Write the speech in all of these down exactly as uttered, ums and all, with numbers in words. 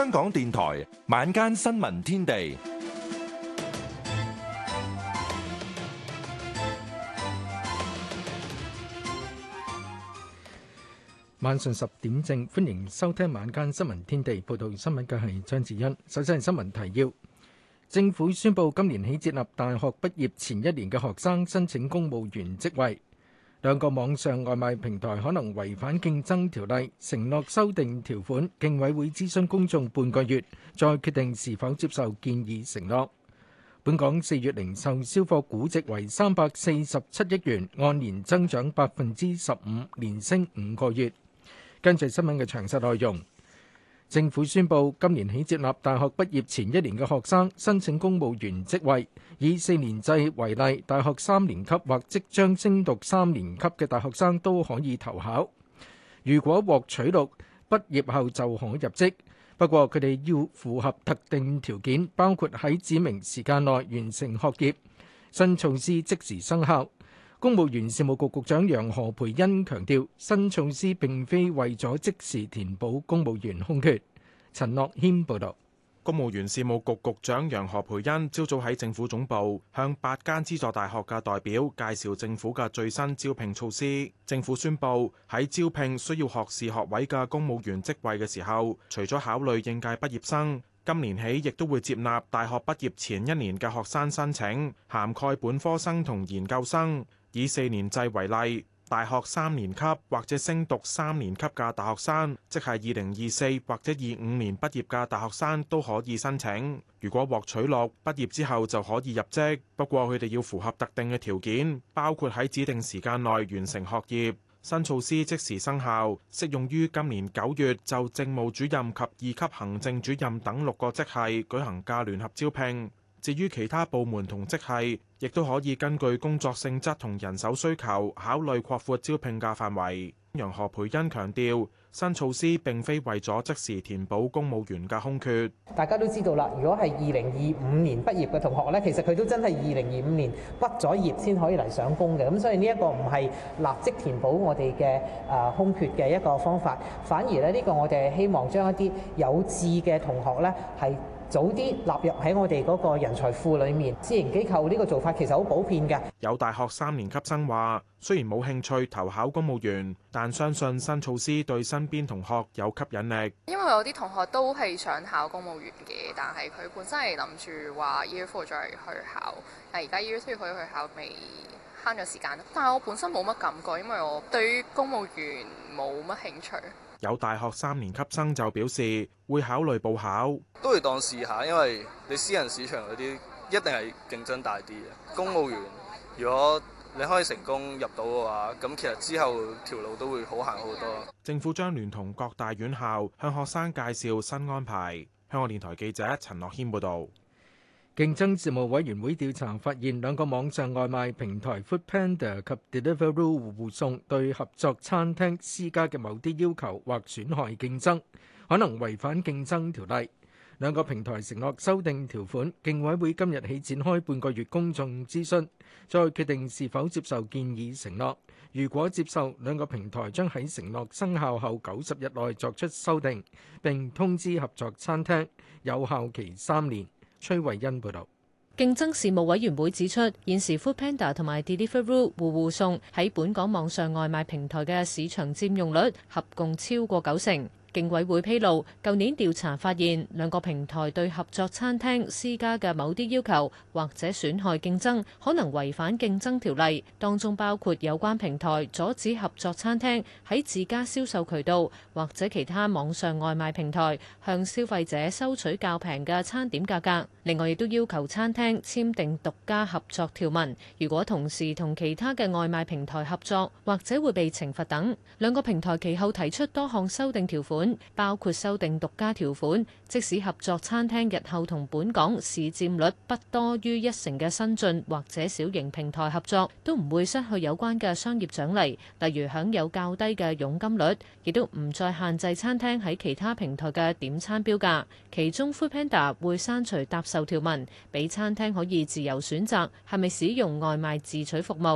香港電台晚間新聞天地， 晚上十點正，歡迎收聽晚間新聞天地。報道新聞嘅係張智欣。首先係新聞提要：政府宣布今年起接納大學畢業前一年嘅學生申請公務員職位。兩個網上外賣平台可能違反競爭條例，承諾修訂條款，競委會諮詢公眾半個月，再決定是否接受建議承諾。本港四月零售銷貨估值為三百四十七億元，按年增長百分之十五，連升五個月。跟住新聞嘅詳細內容。政府宣布今年起接納大學畢業前一年嘅學生申請公務員職位，以四年制為例，大學三年級或即將升讀三年級嘅大學生都可以投考。如果獲取錄，畢業後就可入職，不過佢哋要符合特定條件，包括喺指明時間內完成學業。新措施即時生效。公務員事務局局長楊何蓓茵強調，新措施並非為咗即時填補公務員空缺。陳樂謙報道。 公務員事務局局長楊何蓓茵朝早喺政府總部向八間資助大學嘅代表介紹政府嘅最新招聘措施。政府宣布喺招聘需要學士學位嘅公務員職位嘅時候，除咗考慮應屆畢業生，今年起亦都會接納大學畢業前一年嘅學生申請，涵蓋本科生同研究生。以四年制為例，大學三年級或者升讀三年級嘅大學生，即係二零二四或者二五年畢業嘅大學生都可以申請。如果獲取錄，畢業之後就可以入職，不過佢哋要符合特定嘅條件，包括喺指定時間內完成學業。新措施即時生效，適用於今年九月就政務主任及二級行政主任等六個職系舉行嘅聯合招聘。至於其他部門同職系，亦都可以根據工作性質同人手需求，考慮擴闊招聘嘅範圍。楊何蓓茵強調，新措施並非為咗即時填補公務員嘅空缺。 大家都知道啦，如果係二零二五年畢業嘅同學咧，其實佢都真係二零二五年畢咗業先可以嚟上工嘅。咁所以呢一個唔係立即填補我哋嘅誒空缺嘅一個方法，反而咧呢個我哋係希望將一啲有志嘅同學咧係早啲納入喺我哋嗰個人才庫裏面。私營機構呢個做法其實好普遍嘅。 有大學三年級生話，雖然冇興趣投考公務員，但相信新措施對身邊同學有吸引力。 因為有啲同學都係想考公務員嘅，但係佢本身係諗住話 Year Four 再去考，但係而家 Year Three 可以去考，未慳咗時間。但係我本身冇乜感覺，因為我對於公務員冇乜興趣。 有大學三年級生就表示會考慮報考， 都會當試下，因為你私人市場嗰啲一定係競爭大啲嘅。公務員如果你可以成功入到嘅話，咁其實之後條路都會好行好多。 政府將聯同各大院校向學生介紹新安排。香港電台記者陳樂軒報導。 競爭事務委員會調查發現，兩個網上外賣平台 Foodpanda 及 Deliveroo 互互送對合作餐廳施加嘅某啲要求或損害競爭，可能違反競爭條例。兩個平台承諾修訂條款，競委會今日起展開半個月公眾諮詢，再決定是否接受建議承諾。如果接受，兩個平台將喺承諾生效後九十日內作出修訂，並通知合作餐廳，有效期三年。崔慧欣報導。 競爭事務委員會指出，現時 Foodpanda 同埋 Deliveroo 互互送喺本港網上外賣平台嘅市場佔用率合共超過九成。競委會披露，舊年調查發現，兩個平台對合作餐廳施加嘅某啲要求或者損害競爭，可能違反競爭條例。當中包括有關平台阻止合作餐廳喺自家銷售渠道或者其他網上外賣平台向消費者收取較平嘅餐點價格。另外，亦都要求餐廳簽訂獨家合作條文，如果同時同其他嘅外賣平台合作，或者會被懲罰等。兩個平台其後提出多項修訂條款。包括修訂獨家條款，即使合作餐廳日後同本港市佔率不多於一成嘅新進或者小型平台合作，都唔會失去有關嘅商業獎勵，例如享有較低嘅佣金率，亦都唔再限制餐廳喺其他平台嘅點餐標價。其中 Foodpanda 會刪除搭售條文，俾餐廳可以自由選擇係咪使用外賣自取服務。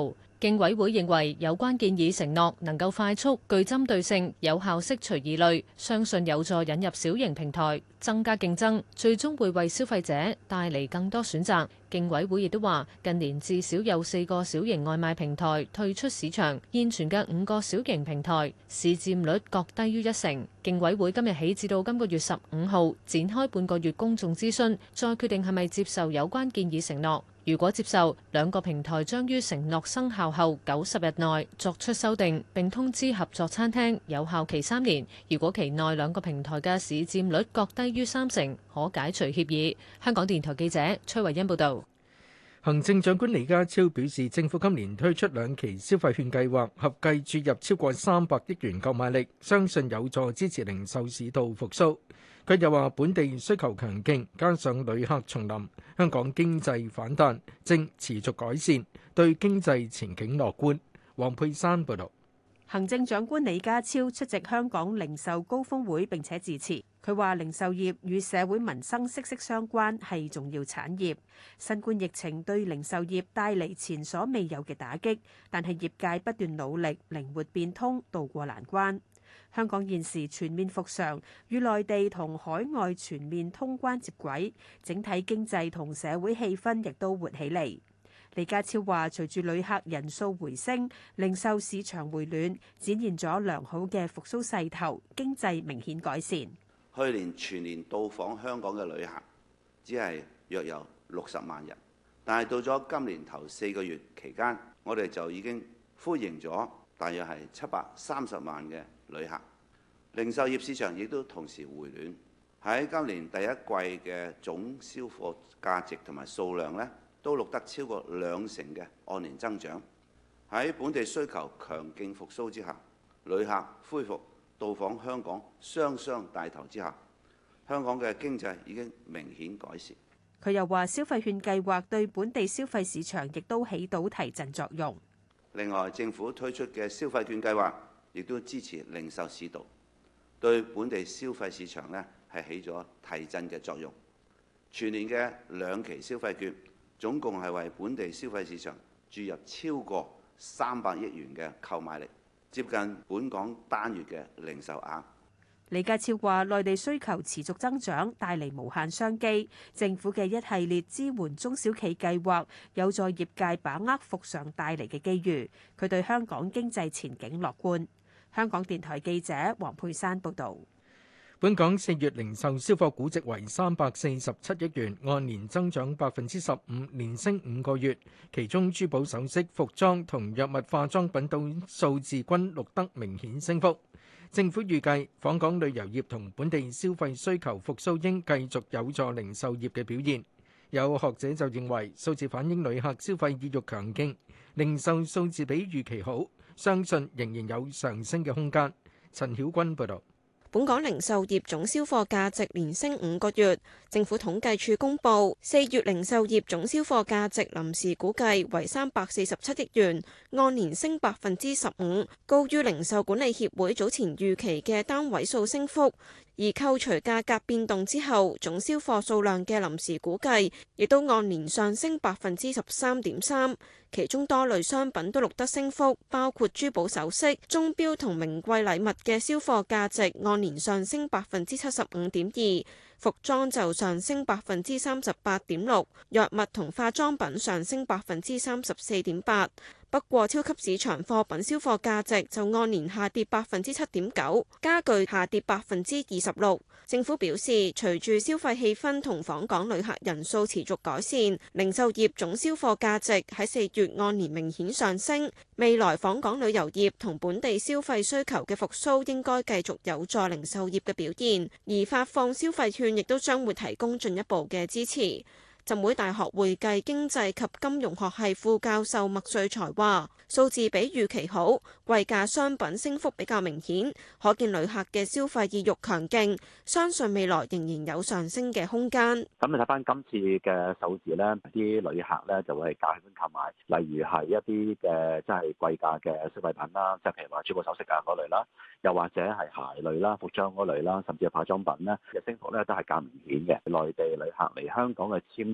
競委會認為有關建議承諾能夠快速、具針對性、有效釋除疑慮，相信有助引入小型平台，增加競爭，最終會為消費者帶嚟更多選擇。競委會亦都話，近年至少有四個小型外賣平台退出市場，現存嘅五個小型平台市佔率各低於一成。競委會今日起至到今個月十五號展開半個月公眾諮詢，再決定係咪接受有關建議承諾。如果接受，兩個平台將於承諾生效後九十日內作出修訂，並通知合作餐廳，有效期三年。如果期內兩個平台嘅市佔率各低於三成，可解除協議。香港電台記者崔慧欣報導。 行政長官李家超表示，政府今年推出兩期消費券計劃，合計注入超過三百億元購買力，相信有助支持零售市道復甦。佢又話，本地需求強勁，加上旅客重臨，香港經濟反彈正持續改善，對經濟前景樂觀。黃佩珊報導。 行政長官李家超出席香港零售高峰會並且致辭，佢話零售業與社會民生息息相關，係重要產業。新冠疫情對零售業帶嚟前所未有嘅打擊，但係業界不斷努力靈活變通，渡過難關。香港現時全面復常，與內地同海外全面通關接軌，整體經濟同社會氣氛亦都活起嚟。李家超話，隨住旅客人數回升，零售市場回暖，展現咗良好嘅復甦勢頭，經濟明顯改善。 去年全年到訪香港嘅旅客只係約有六十萬人，但係到咗今年頭四個月期間，我哋就已經歡迎咗大約係七百三十萬嘅旅客。零售業市場亦都同時回暖，喺今年第一季嘅總銷貨價值同埋數量呢，都錄得超過兩成嘅按年增長。喺本地需求強勁復甦之下，旅客恢復到訪香港雙雙帶頭之下，香港嘅經濟已經明顯改善。 佢又話，消費券計劃對本地消費市場亦都起到提振作用。 另外，政府推出嘅消費券計劃亦都支持零售市道，對本地消費市場呢係起咗提振嘅作用。全年嘅兩期消費券總共係為本地消費市場注入超過三百億元嘅購買力，接近本港單月嘅零售額。 李家超話，內地需求持續增長，帶嚟無限商機。政府嘅一系列支援中小企計劃，有助業界把握復常帶嚟嘅機遇。佢對香港經濟前景樂觀。香港電台記者黃佩珊報導。 本港四月零售銷貨估值為三百四十七億元，按年增長百分之十五，連升五個月。其中珠寶首飾、服裝同藥物化妝品等數字均錄得明顯升幅。政府預計訪港旅遊業同本地消費需求復甦應繼續有助零售業嘅表現。有學者就認為數字反映旅客消費意欲強勁，零售數字比預期好，相信仍然有上升嘅空間。陳曉君報導。 本港零售業總銷貨價值連升五個月，政府統計處公布四月零售業總銷貨價值臨時估計為三百四十七億元，按年升百分之十五，高於零售管理協會早前預期嘅單位數升幅。而扣除價格變動之後，總銷貨數量嘅臨時估計亦都按年上升百分之十三點三，其中多類商品都錄得升幅，包括珠寶首飾、鐘錶同名貴禮物嘅銷貨價值按年上升百分之七十五點二，服裝就上升百分之三十八點六，藥物同化妝品上升百分之三十四點八。不過，超級市場貨品銷貨價值就按年下跌百分之七點九，家具下跌百分之二十六。政府表示，隨住消費氣氛同訪港旅客人數持續改善，零售業總銷貨價值喺四月按年明顯上升。未來訪港旅遊業同本地消費需求嘅復甦應該繼續有助零售業嘅表現，而發放消費券亦都將會提供進一步嘅支持。浸會大學會計經濟及金融學系副教授麥瑞才話，數字比預期好，貴價商品升幅比較明顯，可見旅客嘅消費意欲強勁，相信未來仍然有上升嘅空間。 咁你睇翻今次嘅數字呢，啲旅客呢就會係較喜歡購買，例如係一啲嘅即係貴價嘅消費品啦，即係譬如話珠寶首飾啊嗰類啦，又或者係鞋類啦、服裝嗰類啦，甚至係化妝品呢嘅升幅呢都係較明顯嘅。內地旅客嚟香港嘅簽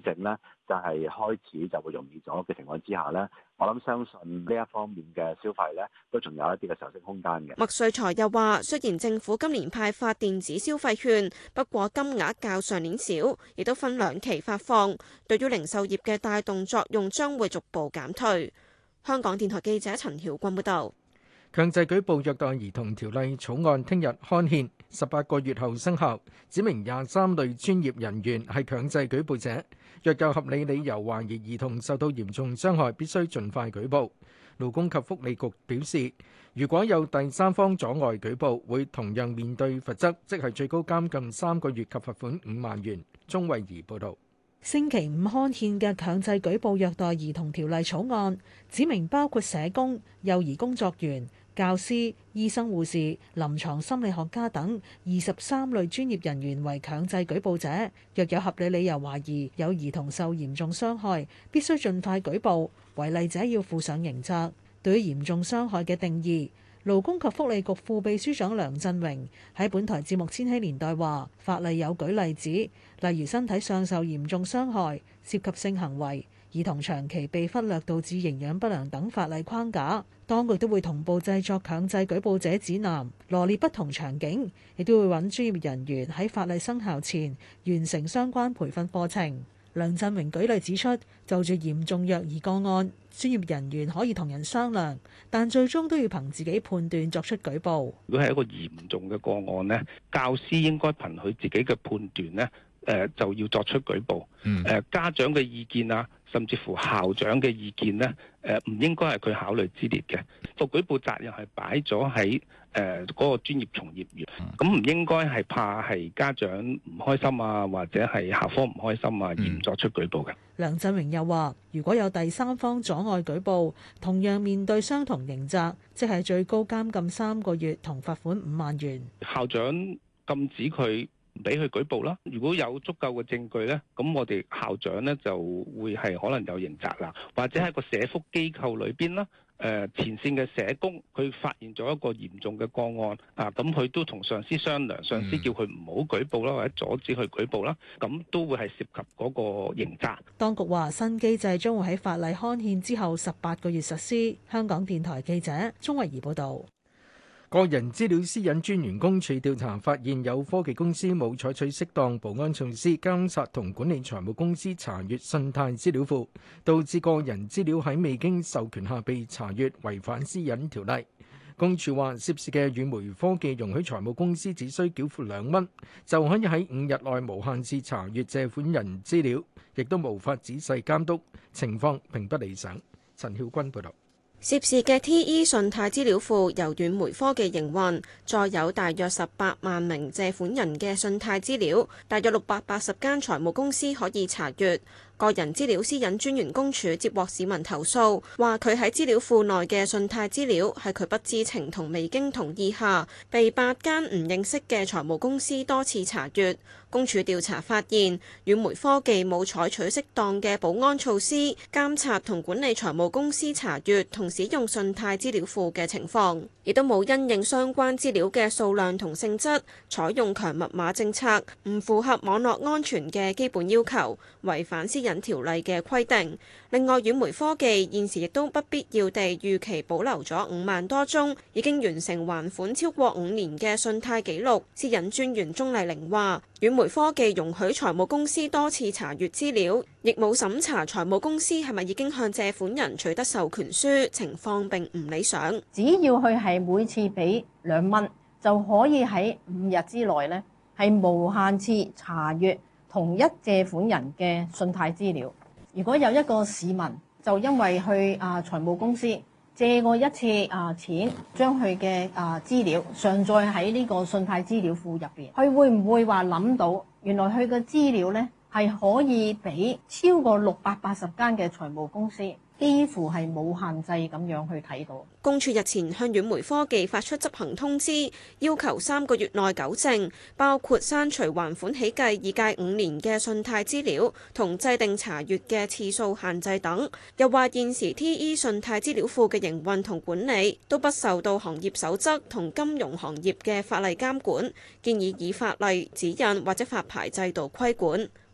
證咧，就係開始就會容易咗嘅情況之下咧，我諗相信呢一方面嘅消費咧，都仲有一啲嘅上升空間嘅。 麥瑞才又話，雖然政府今年派發電子消費券，不過金額較上年少，亦都分兩期發放，對於零售業嘅帶動作用將會逐步減退。香港電台記者陳曉君報導。 強制舉報虐待兒童條例草案聽日刊憲，十八個月後生效，指明廿三類專業人員係強制舉報者，若有合理理由懷疑兒童受到嚴重傷害，必須盡快舉報。勞工及福利局表示，如果有第三方阻礙舉報，會同樣面對罰則，即係最高監禁三個月及罰款五萬元。鐘慧儀報導。 星期五刊憲嘅強制舉報虐待兒童條例草案，指明包括社工、幼兒工作員、教師、醫生、護士、臨床心理學家等二十三類專業人員為強制舉報者，若有合理理由懷疑有兒童受嚴重傷害，必須盡快舉報，違例者要負上刑責。對於嚴重傷害嘅定義，勞工及福利局副秘書長梁振榮喺本台節目《千禧年代》話，法例有舉例子，例如身體上受嚴重傷害、涉及性行為、兒童長期被忽略導致營養不良等法例框架。當局都會同步製作強制舉報者指南，羅列不同場景，亦都會揾專業人員喺法例生效前完成相關培訓課程。梁振榮舉例指出，就住嚴重虐兒個案，專業人員可以同人商量，但最終都要憑自己判斷作出舉報。 如果係一個嚴重嘅個案呢，教師應該憑佢自己嘅判斷呢，誒就要作出舉報。誒家長嘅意見啊，甚至乎校長嘅意見呢，誒唔應該係佢考慮之列嘅。個舉報責任係擺咗喺誒嗰個專業從業員，咁唔應該係怕係家長唔開心啊，或者係校方唔開心啊，而唔作出舉報嘅。 梁振榮又話，如果有第三方阻礙舉報，同樣面對相同刑責，即係最高監禁三個月同罰款五萬元。 校長禁止佢唔俾佢舉報啦。如果有足夠嘅證據呢，咁我哋校長呢就會係可能有刑責啦，或者喺個社福機構裏邊啦。誒前線嘅社工，佢發現咗一個嚴重嘅個案啊，咁佢都同上司商量，上司叫佢唔好舉報啦，或者阻止佢舉報啦，咁都會係涉及嗰個刑責。 當局話新機制將會喺法例刊憲之後十八個月實施。香港電台記者鍾慧儀報導。 個人資料私隱專員公署調查發現，有科技公司冇採取適當保安措施監察同管理財務公司查閱信貸資料庫，導致個人資料喺未經授權下被查閱，違反私隱條例。公署話，涉事嘅遠媒科技容許財務公司只需繳付兩蚊，就可以喺五日內無限次查閱借款人資料，亦都無法仔細監督，情況並不理想。陳曉君報導。 涉事嘅 T E 信貸資料庫由遠媒科技營運，載有大約十八萬名借款人嘅信貸資料，大約六百八十間財務公司可以查閱。個人資料私隱專員公署接獲市民投訴，話佢喺資料庫內嘅信貸資料係佢不知情同未經同意下，被八間唔認識嘅財務公司多次查閱。公署調查發現，遠媒科技冇採取適當嘅保安措施，監察同管理財務公司查閱同使用信貸資料庫嘅情況，亦都冇因應相關資料嘅數量同性質，採用強密碼政策，唔符合網絡安全嘅基本要求，違反私隱條例嘅規定。另外，遠媒科技現時亦都不必要地預期保留咗五萬多宗已經完成還款超過五年嘅信貸記錄。私隱專員鍾麗玲話，遠媒科技容許財務公司多次查閱資料，亦冇審查財務公司係咪已經向借款人取得授權書，情況並唔理想。 只要佢係每次俾兩蚊，就可以喺五日之內呢係無限次查閱同一借款人嘅信貸資料。如果有一個市民就因為去啊財務公司借過一次啊錢，將佢嘅啊資料上載喺呢個信貸資料庫入邊，佢會唔會話諗到原來佢嘅資料呢係可以俾超過六百八十間嘅財務公司，幾乎係冇限制咁樣去睇到。 公署日前向遠媒科技發出執行通知，要求三個月內糾正，包括刪除還款起計已屆五年嘅信貸資料，同制定查閱嘅次數限制等。又話現時 T E 信貸資料庫嘅營運同管理都不受到行業守則同金融行業嘅法例監管，建議以法例指引或者發牌制度規管。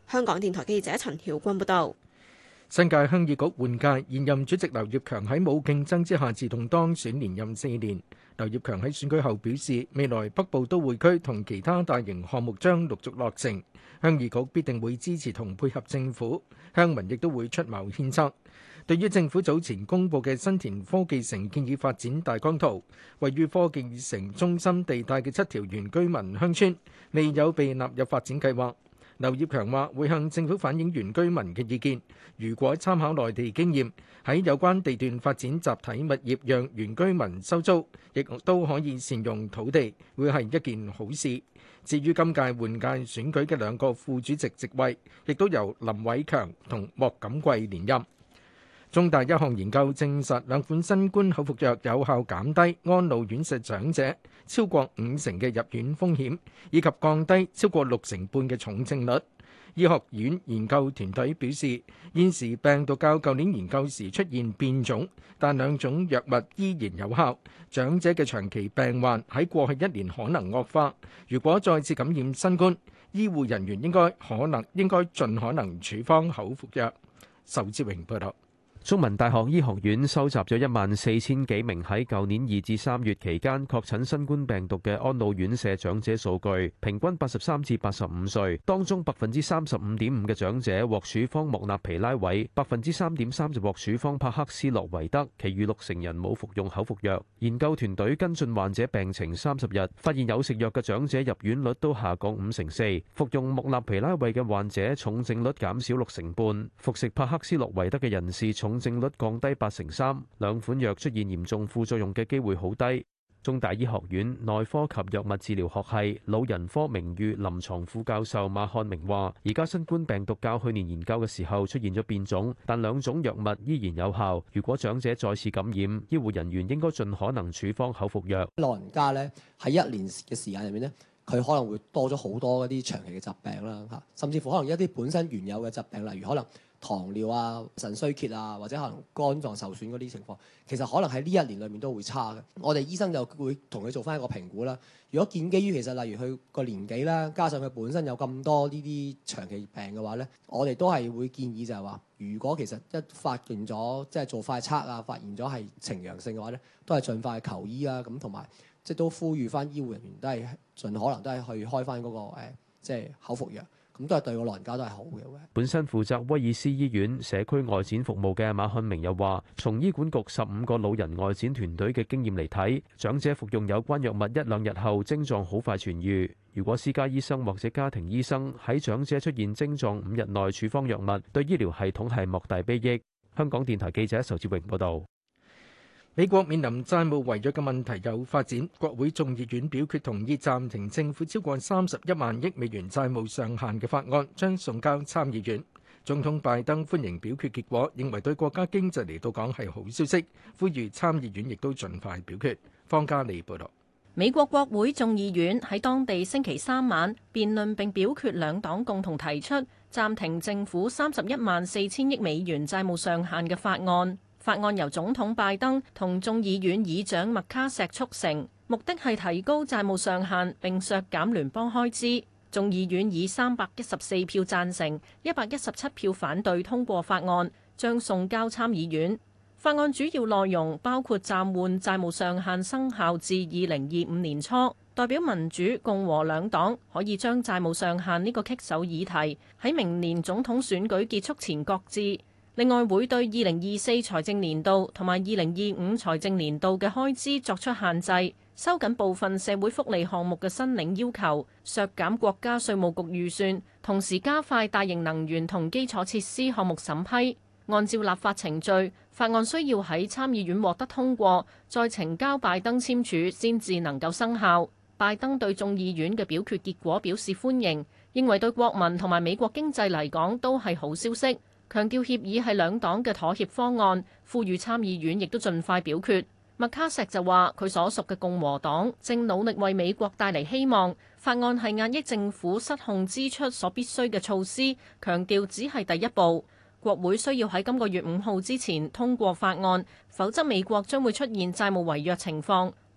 香港電台記者陳曉君報導。 新界鄉議局換屆，現任主席劉業強喺冇競爭之下自動當選連任四年。劉業強喺選舉後表示，未來北部都會區同其他大型項目將陸續落成，鄉議局必定會支持同配合政府，鄉民亦都會出謀獻策。對於政府早前公布嘅新田科技城建議發展大綱圖，位於科技城中心地帶嘅七條原居民鄉村未有被納入發展計劃。劉業強話會向政府反映原居民嘅意見，如果參考內地經驗，喺有關地段發展集體物業，讓原居民收租，亦都可以善用土地，會係一件好事。至於今屆換屆選舉嘅兩個副主席席位，亦都由林偉強同莫錦貴連任。中大一項研究證實，兩款新冠口服藥有效減低安老院舍長者超過五成嘅入院風險，以及降低超過六成半嘅重症率。醫學院研究團隊表示，現時病毒較舊年研究時出現變種，但兩種藥物依然有效。長者嘅長期病患喺過去一年可能惡化，如果再次感染新冠，醫護人員應該可能應該盡可能處方口服藥。仇志榮報道。 中文大學醫學院收集咗一萬四千幾名喺舊年二至三月期間確診新冠病毒嘅安老院舍長者數據，平均八十三至八十五歲，當中百分之三十五點五嘅長者獲處方莫納皮拉韋，百分之三點三就獲處方帕克斯洛維德，其餘六成人冇服用口服藥。研究團隊跟進患者病情三十日，發現有食藥嘅長者入院率都下降五成四，服用莫納皮拉韋嘅患者重症率減少六成半，服食帕克斯洛維德嘅人士重症率降低八成三，兩款藥出現嚴重副作用嘅機會好低。中大醫學院內科及藥物治療學系老人科名譽臨床副教授馬漢明話，而家新冠病毒較去年研究嘅時候出現咗變種，但兩種藥物依然有效。如果長者再次感染，醫護人員應該盡可能處方口服藥。 老人家咧喺一年嘅時間入面咧，佢可能會多咗好多一啲長期嘅疾病啦，嚇，甚至乎可能一啲本身原有嘅疾病，例如可能糖尿啊、腎衰竭啊，或者可能肝臟受損嗰啲情況，其實可能喺呢一年裏面都會差嘅。我哋醫生就會同佢做翻一個評估啦。如果建基於其實例如佢個年紀啦，加上佢本身有咁多呢啲長期病嘅話咧，我哋都係會建議就係話，如果其實一發現咗即係做快測啊，發現咗係呈陽性嘅話咧，都係盡快求醫啊。咁同埋即係都呼籲翻醫護人員都係盡可能都係去開翻嗰個誒即係口服藥。咁都係對個老人家都係好嘅。 本身負責威爾斯醫院社區外展服務嘅馬漢明又話，從醫管局十五個老人外展團隊嘅經驗嚟睇，長者服用有關藥物一兩日後症狀好快痊愈。如果私家醫生或者家庭醫生喺長者出現症狀五日內處方藥物，對醫療系統係莫大裨益。香港電台記者仇志榮報導。 美國面臨債務違約嘅問題有發展，國會眾議院表決同意暫停政府超過三十一萬億美元債務上限嘅法案，將送交參議院。總統拜登歡迎表決結果，認為對國家經濟嚟到講係好消息，呼籲參議院亦都盡快表決。方嘉利報導。 美國國會眾議院喺當地星期三晚辯論並表決兩黨共同提出暫停政府三十一萬四千億美元債務上限嘅法案。法案由總統拜登同眾議院議長麥卡錫促成，目的係提高債務上限並削減聯邦開支。眾議院以三百一十四票贊成、一百一十七票反對通過法案，將送交參議院。法案主要內容包括暫緩債務上限生效至二零二五年初，代表民主、共和兩黨可以將債務上限呢個棘手議題喺明年總統選舉結束前擱置。另外會對二零二四財政年度同埋二零二五財政年度嘅開支作出限制，收緊部分社會福利項目嘅申領要求，削減國家稅務局預算，同時加快大型能源同基礎設施項目審批。按照立法程序，法案需要喺參議院獲得通過，再呈交拜登簽署先至能夠生效。拜登對眾議院嘅表決結果表示歡迎，認為對國民同埋美國經濟嚟講都係好消息。強調協議係兩黨嘅妥協方案，呼籲參議院亦都盡快表決。麥卡錫就話：佢所屬嘅共和黨正努力為美國帶嚟希望，法案係壓抑政府失控支出所必須嘅措施，強調只係第一步。國會需要喺今個月五號之前通過法案，否則美國將會出現債務違約情況。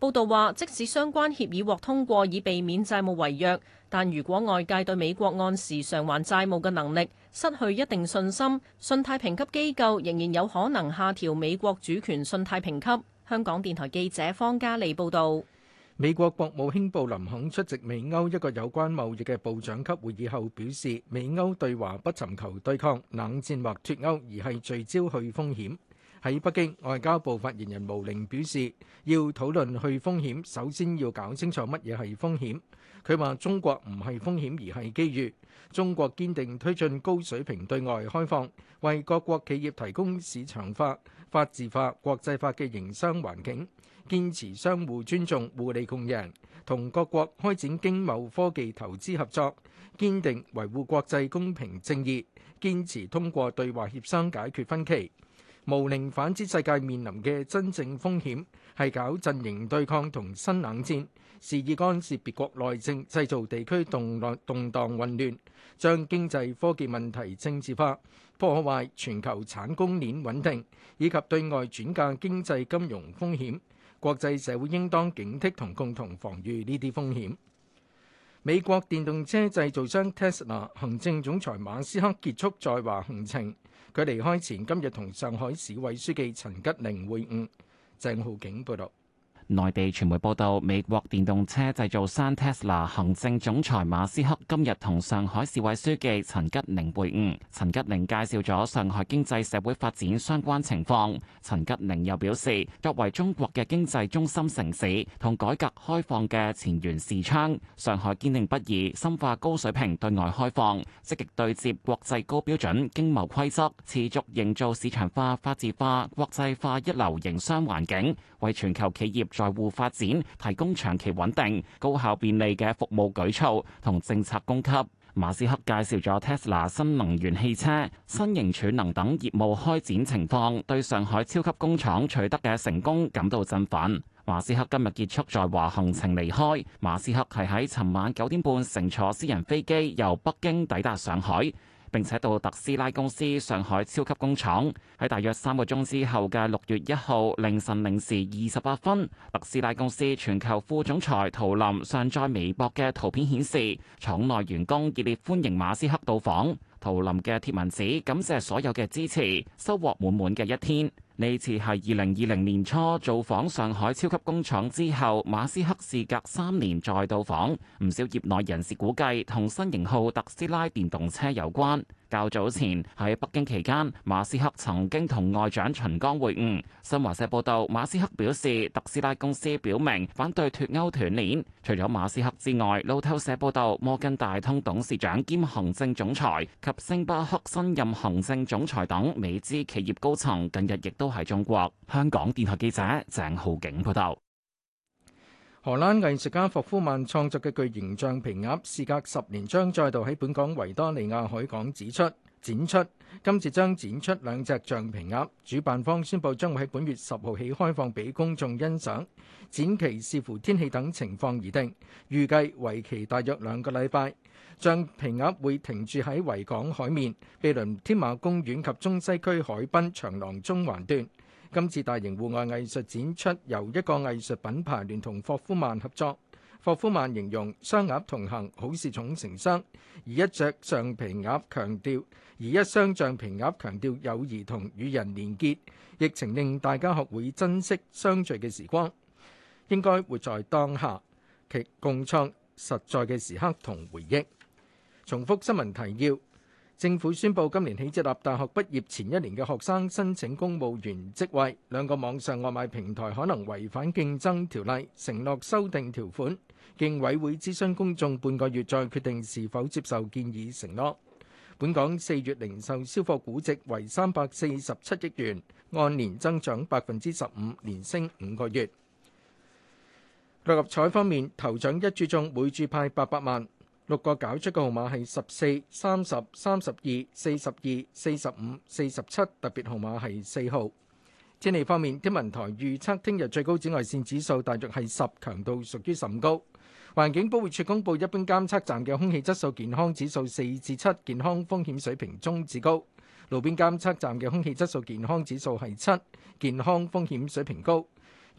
報道話，即使相關協議獲通過以避免債務違約，但如果外界對美國按時償還債務嘅能力失去一定信心，信貸評級機構仍然有可能下調美國主權信貸評級。香港電台記者方嘉利報導。 美國國務卿布林肯出席美歐一個有關貿易嘅部長級會議後表示，美歐對華不尋求對抗、冷戰或脫歐，而係聚焦去風險。喺北京，外交部發言人毛寧表示，要討論去風險，首先要搞清楚乜嘢係風險。佢話中國唔係風險而係機遇，中國堅定推進高水平對外開放，為各國企業提供市場化、法治化、國際化嘅營商環境，堅持相互尊重、互利共贏，同各國開展經貿科技投資合作，堅定維護國際公平正義，堅持通過對話協商解決分歧。毛寧反指世界面臨嘅真正風險係搞陣營對抗同新冷戰，肆意干涉別國內政，製造地區動亂動盪混亂，將經濟科技問題政治化，破壞全球產供鏈穩定，以及對外轉嫁經濟金融風險。國際社會應當警惕同共同防禦呢啲風險。美國電動車製造商 Tesla 行政總裁馬斯克結束在華行程。佢離開前今日同上海市委書記陳吉寧會晤。鄭浩景報道。 內地傳媒報道，美國電動車製造商 Tesla 行政總裁馬斯克今日同上海市委書記陳吉寧會晤。陳吉寧介紹咗上海經濟社會發展相關情況。陳吉寧又表示，作為中國嘅經濟中心城市同改革開放嘅前沿視窗，上海堅定不移深化高水平對外開放，積極對接國際高標準經貿規則，持續營造市場化、法治化、國際化一流營商環境，為全球企業在滬發展提供長期穩定、高效便利嘅服務舉措同政策供給。馬斯克介紹咗 Tesla 新能源汽車、新型儲能等業務開展情況，對上海超級工廠取得嘅成功感到振奮。馬斯克今日結束在華行程離開。馬斯克係喺尋晚九點半乘坐私人飛機由北京抵達上海，並且到特斯拉公司上海超級工廠。喺大約三個鐘之後嘅六月一號凌晨零時二十八分，特斯拉公司全球副總裁陶林上載微博嘅圖片顯示，廠內員工熱烈歡迎馬斯克到訪。陶林嘅貼文指感謝所有嘅支持，收穫滿滿嘅一天。呢次係二零二零年初造訪上海超級工廠之後，馬斯克事隔三年再到訪。唔少業內人士估計同新型號特斯拉電動車有關。較早前喺北京期間，馬斯克曾經同外長秦剛會晤。新華社報道，馬斯克表示特斯拉公司表明反對脫歐斷鏈。除咗馬斯克之外，路透社報道，摩根大通董事長兼行政總裁及星巴克新任行政總裁等美資企業高層近日亦都喺中國。香港電台記者鄭浩景報道。 荷蘭藝術家霍夫曼創作嘅巨型橡皮鴨，事隔十年將再度喺本港維多利亞海港展出。展出今次將展出兩隻橡皮鴨，主辦方宣布將會喺本月十號起開放俾公眾欣賞。展期視乎天氣等情況而定，預計為期大約兩個禮拜。橡皮鴨會停駐喺維港海面、毗鄰添馬公園及中西區海濱長廊中環段。今次大型戶外藝術展出由一個藝術品牌聯同霍夫曼合作。霍夫曼形容雙鴨同行好事重成雙，而一隻橡皮鴨強調，而一雙橡皮鴨強調友誼同與人連結。疫情令大家學會珍惜相聚嘅時光，應該活在當下，其共創實在嘅時刻同回憶。重複新聞提要。政府宣布今年起設立大學畢業前一年嘅學生申請公務員職位，兩個網上外賣平台可能違反競爭條例，承諾修訂條款。競委會諮詢公眾半個月再決定是否接受建議承諾。本港四月零售銷貨估值為三百四十七億元，按年增長百分之十五，連升五個月。六合彩方面，頭獎一注中，每注派八百萬。六個攪出嘅號碼係十四、三十、三十二、四十二、四十五、四十七，特別號碼係四號。天氣方面，天文台預測聽日最高紫外線指數大約係十，強度屬於甚高。環境保護署公布一般監測站嘅空氣質素健康指數四至七，健康風險水平中至高；路邊監測站嘅空氣質素健康指數係七，健康風險水平高。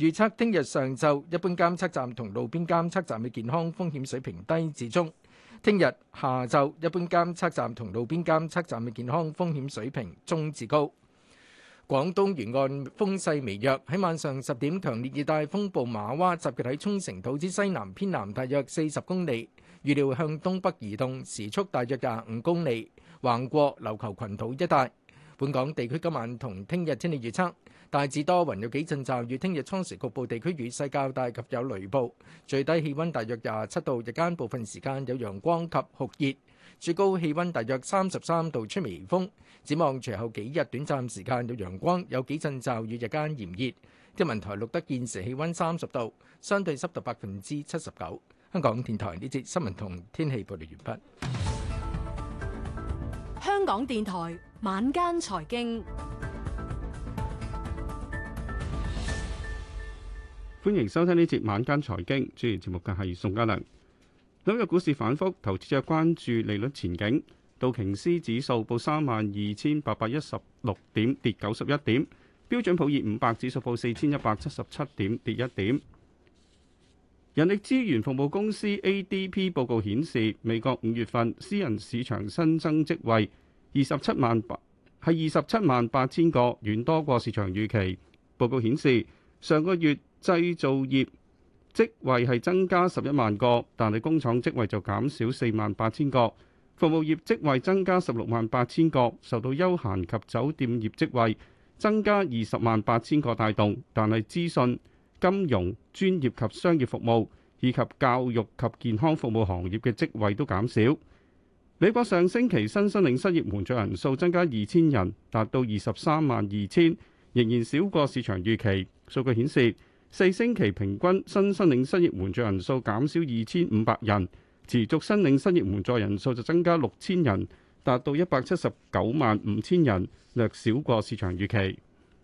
預測聽日上晝一般監測站同路邊監測站嘅健康風險水平低至中。聽日下晝一般監測站同路邊監測站嘅健康風險水平中至高。廣東沿岸風勢微弱，喺晚上十點，強烈熱帶風暴馬娃集結喺沖繩島之西南偏南大約四十公里，預料向東北移動，時速大約廿五公里，橫過琉球群島一帶。本港地區今晚同聽日天氣預測，大致多雲，有幾陣驟雨。聽日初時局部地區雨勢較大及有雷暴，最低氣温大約廿七度，日間部分時間有陽光及酷熱，最高氣温大約三十三度，吹微風。展望隨後幾日短暫時間有陽光，有幾陣驟雨，日間炎熱。天文台錄得現時氣温三十度，相對濕度百分之七十九。香港電台呢節新聞同天氣報道完畢。 香港電台晚間財經， 歡迎收聽呢節晚間財經，主持節目嘅係宋家良。紐約股市反覆，投資者關注利率前景。道瓊斯指數報三萬二千八百一十六點，跌九十一點。標準普爾五百指數報四千一百七十七點，跌一點。人力資源服務公司 A D P 報告顯示，美國五月份私人市場新增職位二十七萬八係二十七萬八千個，遠多過市場預期。報告顯示，上個月製造業職位係增加十一萬個，但係工廠職位就減少四萬八千個。服務業職位增加十六萬八千個，受到休閒及酒店業職位增加二十萬八千個帶動，但係資訊、金融、專業及商業服務以及教育及健康服務行業嘅職位都減少。美國上星期新申領失業援助人數增加二千人，達到二十三萬二千，仍然少過市場預期。數據顯示，四星期平均新申領失業援助人數減少二千五百人。持續申領失業援助人數就增加六千人，達到一百七十九萬五千人，略少過市場預期。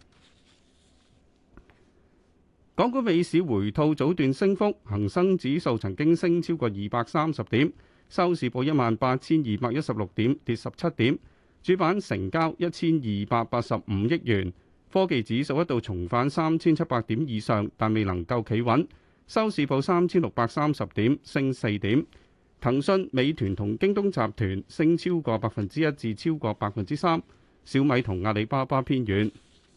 港股尾市回吐早段升幅，恒生指數曾經升超過二百三十點，收市報一萬八千二百一十六點，跌十七點。主板成交一千二百八十五億元。科技指數一度重返三千七百點以上，但未能夠企穩，收市報三千六百三十點，升四點。騰訊、美團同京東集團升超過百分之一至超過百分之三，小米同阿里巴巴偏軟。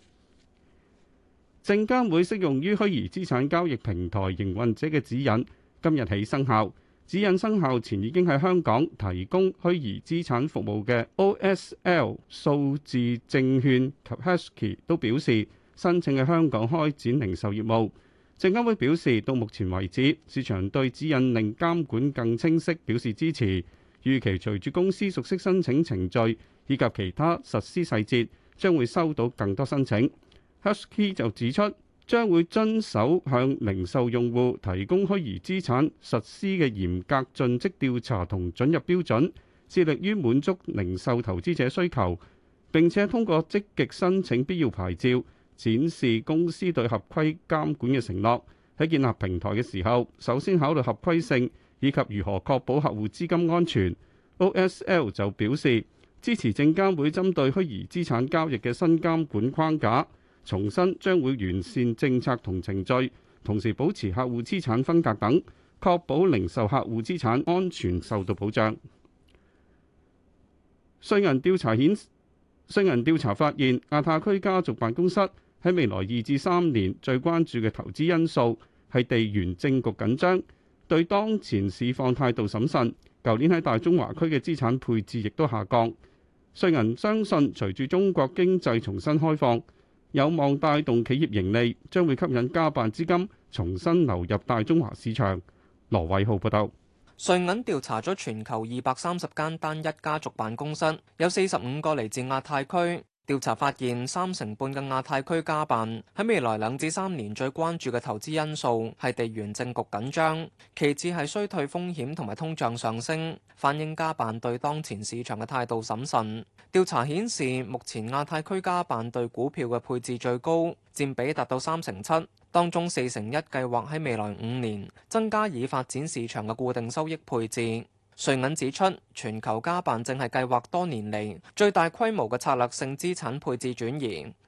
證監會適用於虛擬資產交易平台營運者嘅指引今日起生效。指引生效前已經喺香港提供虛擬資產服務嘅 O S L 數字證券及 Hashkey 都表示申請喺香港開展零售業務。證監會表示，到目前為止，市場對指引令監管更清晰表示支持。預期隨住公司熟悉申請程序以及其他實施細節，將會收到更多申請。Hashkey 就指出，將會遵守向零售用戶提供虛擬資產實施嘅嚴格盡職調查同准入標準，致力於滿足零售投資者需求，並且通過積極申請必要牌照，展示公司對合規監管嘅承諾。喺建立平台嘅時候，首先考慮合規性以及如何確保客戶資金安全。O S L 就表示支持證監會針對虛擬資產交易嘅新監管框架，重申將會完善政策同程序，同時保持客戶資產分隔等，確保零售客戶資產安全受到保障。瑞銀調查顯瑞銀調查發現，亞太區家族辦公室喺未來二至三年最關注嘅投資因素係地緣政局緊張，對當前市況態度審慎。舊年喺大中華區嘅資產配置亦都下降。瑞銀相信，隨住中國經濟重新開放，有望帶動企業盈利，將會吸引家辦資金重新流入大中華市場。羅偉浩報道。 瑞銀調查咗全球二百三十間單一家族辦公室，有四十五個嚟自亞太區。調查發現，三成半嘅亞太區家辦喺未來兩至三年最關注嘅投資因素係地緣政局緊張，其次係衰退風險同埋通脹上升，反映家辦對當前市場嘅態度審慎。調查顯示，目前亞太區家辦對股票嘅配置最高，佔比達到三成七，當中四成一計劃喺未來五年增加已發展市場嘅固定收益配置。瑞銀指出，全球家辦正係計劃多年嚟最大規模嘅策略性資產配置轉移，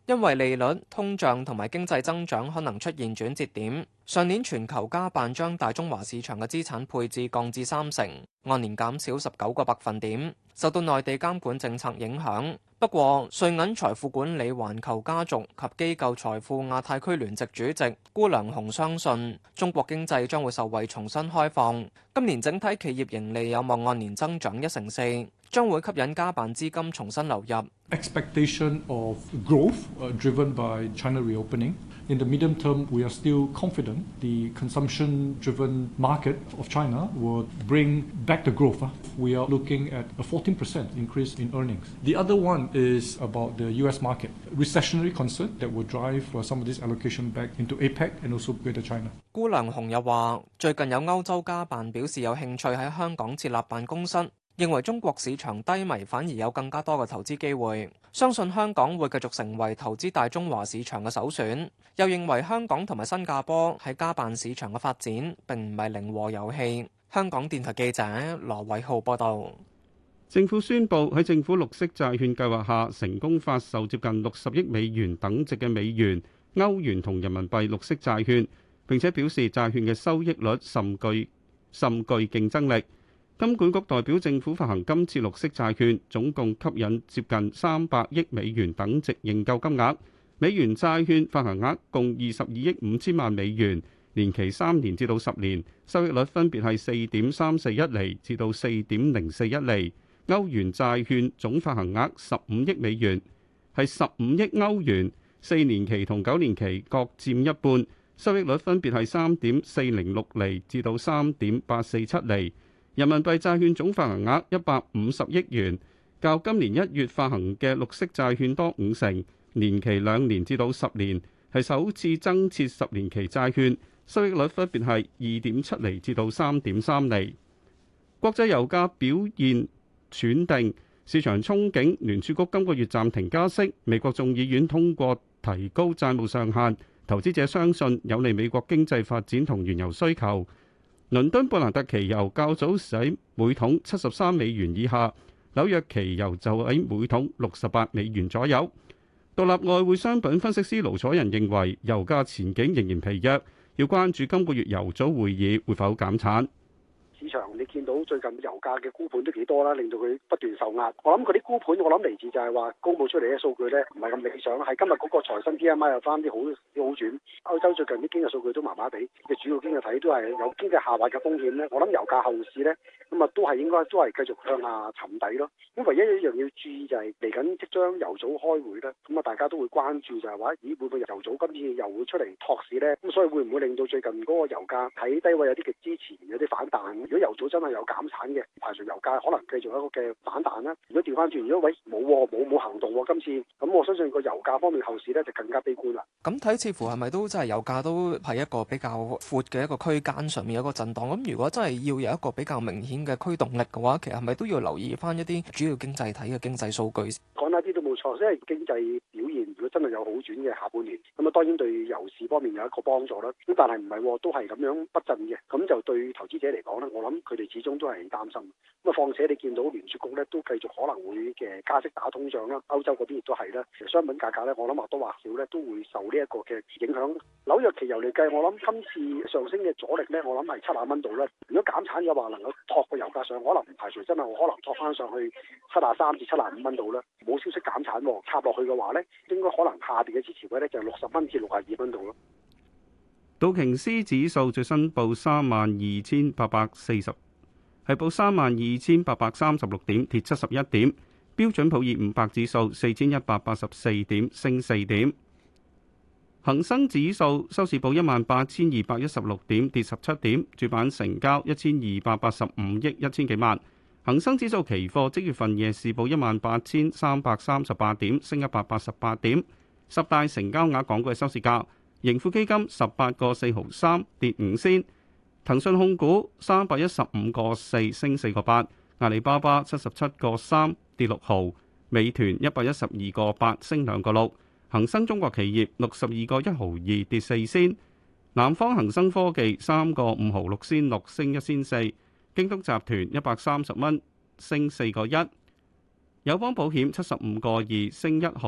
因為利率、通脹同埋經濟增長可能出現轉折點。上年全球家辦將大中華市場嘅資產配置降至三成，按年減少十九個百分點，受到內地監管政策影響。不過，瑞銀財富管理環球家族及機構財富亞太區聯席主席辜良雄相信，中國經濟將會受惠重新開放，今年整體企業盈利有望按年增長一成四，將會吸引家辦資金重新流入。 Expectation of growth, uh, driven by China reopening. In the medium term, we are still confident the consumption-driven market of China will bring back the growth. We are looking at a fourteen percent increase in earnings. The other one is about the U S market. Recessionary concern that will drive some of this allocation back into A PEC and also Greater China. 辜良雄又話，最近有歐洲家辦表示有興趣喺香港設立辦公室，認為中國市場低迷反而有更加多嘅投資機會，相信香港會繼續成為投資大中華市場嘅首選。又認為香港同埋新加坡喺家辦市場嘅發展並唔係零和遊戲。香港電台記者羅偉浩報道。 政府宣布喺政府綠色債券計劃下，成功發售接近六十億美元等值嘅美元、歐元同人民幣綠色債券，並且表示債券嘅收益率甚具甚具競爭力。金管局代表政府發行今次綠色債券，總共吸引接近三百億美元等值認購金額。美元債券發行額共二十二億五千萬美元，年期三年至到十年，收益率分別係四點三四一厘至到四點零四一厘。歐元債券總發行額十五億美元，係十五億歐元，四年期同九年期各佔一半，收益率分別係三點四零六厘至到三點八四七厘。人民幣債券總發行額一百五十億元，較今年一月發行嘅綠色債券多五成，年期兩年至到十年，係首次增設十年期債券，收益率分別係二點七厘至到三點三厘。國際油價表現喘定，市場憧憬聯儲局今個月暫停加息，美國眾議院通過提高債務上限，投資者相信有利美國經濟發展同原油需求。倫敦布蘭特期油較早時喺每桶七十三美元以下，紐約期油就喺每桶六十八美元左右。獨立外匯商品分析師盧楚仁認為，油價前景仍然疲弱，要關注今個月油組會議會否減產。 市場你見到最近油價嘅沽盤都幾多啦，令到佢不斷受壓。我諗佢啲沽盤，我諗嚟自就係話公佈出嚟嘅數據咧唔係咁理想，係今日嗰個財新 P M I 有翻啲好啲好轉。歐洲最近啲經濟數據都麻麻地，嘅主要經濟體都係有經濟下滑嘅風險咧。我諗油價後市咧咁啊都係應該都係繼續向下沉底咯。咁唯一一樣要注意就係嚟緊即將油組開會咧，咁啊大家都會關注就係話咦會唔會油組今次又會出嚟托市咧？咁所以會唔會令到最近嗰個油價喺低位有啲嘅支持，有啲反彈？如果油組真係有減產嘅，排除油價可能繼續一個嘅反彈啦。如果調翻轉，如果喂冇冇冇行動喎，今次咁我相信個油價方面後市咧就更加悲觀啦。 咁睇似乎係咪都真係油價都係一個比較闊嘅一個區間上面有一個震盪？咁如果真係要有一個比較明顯嘅驅動力嘅話，其實係咪都要留意翻一啲主要經濟體嘅經濟數據？ 講一啲都冇錯，因為經濟表現如果真係有好轉嘅下半年，咁啊當然對油市方面有一個幫助啦。咁但係唔係都係咁樣不振嘅，咁就對投資者嚟講咧，我諗佢哋始終都係擔心。咁啊，況且你見到聯儲局咧都繼續可能會嘅加息打通脹啦，歐洲嗰邊亦都係啦。其實商品價格咧，我諗或多或少咧都會受呢一個嘅影響。紐約期油嚟計，我諗今次上升嘅阻力咧，我諗係七十蚊度啦。如果減產嘅話，能夠托個油價上，可能唔排除真係可能托翻上去七十三至七十五蚊度啦。冇消息減產插落去嘅話咧，應該可能下邊嘅支持位咧就係六十蚊至六十二蚊度咯。 道瓊斯指數最新報三萬二千八百四十，係報三萬二千八百三十六點，跌七十一點。標準普爾五百指數四千一百八十四點，升四點。恒生指數收市報一萬八千二百一十六點，跌十七點。主板成交一千二百八十五億一千幾萬。恒生指數期貨即月份夜市報一萬八千三百三十八點，升一百八十八點。十大成交額港股嘅收市價：盈富基金十八個四毫三，跌五仙；騰訊控股三百一十五個四，升四個八；阿里巴巴七十七個三，跌六毫；美團一百一十二個八，升兩個六；恒生中國企業六十二個一毫二，跌四仙；南方恒生科技三個五毫六仙六，升一仙四。京東集團一百三十蚊，升四個一；友邦保險七十五個二，升一毫；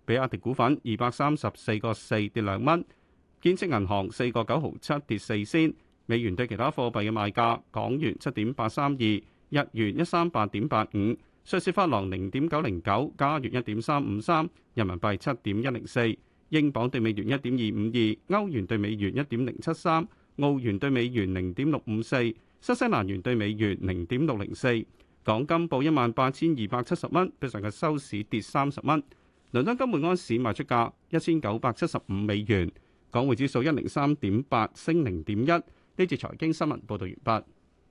比亞迪股份二百三十四個四跌兩蚊，建設銀行四個九毫七跌四仙。美元對其他貨幣嘅賣價：港元七點八三二，日元一三八點八五，瑞士法郎零點九零九，加元一點三五三，人民幣七點一零四，英鎊對美元一點二五二，歐元對美元一點零七三，澳元對美元零點六五四，新西蘭元對美元零點六零四。港金報一萬八千二百七十蚊，比上日收市跌三十蚊。倫敦金每安士賣出價一千九百七十五美元，港匯指數一零三點八升零點一。呢節財經新聞報道完畢。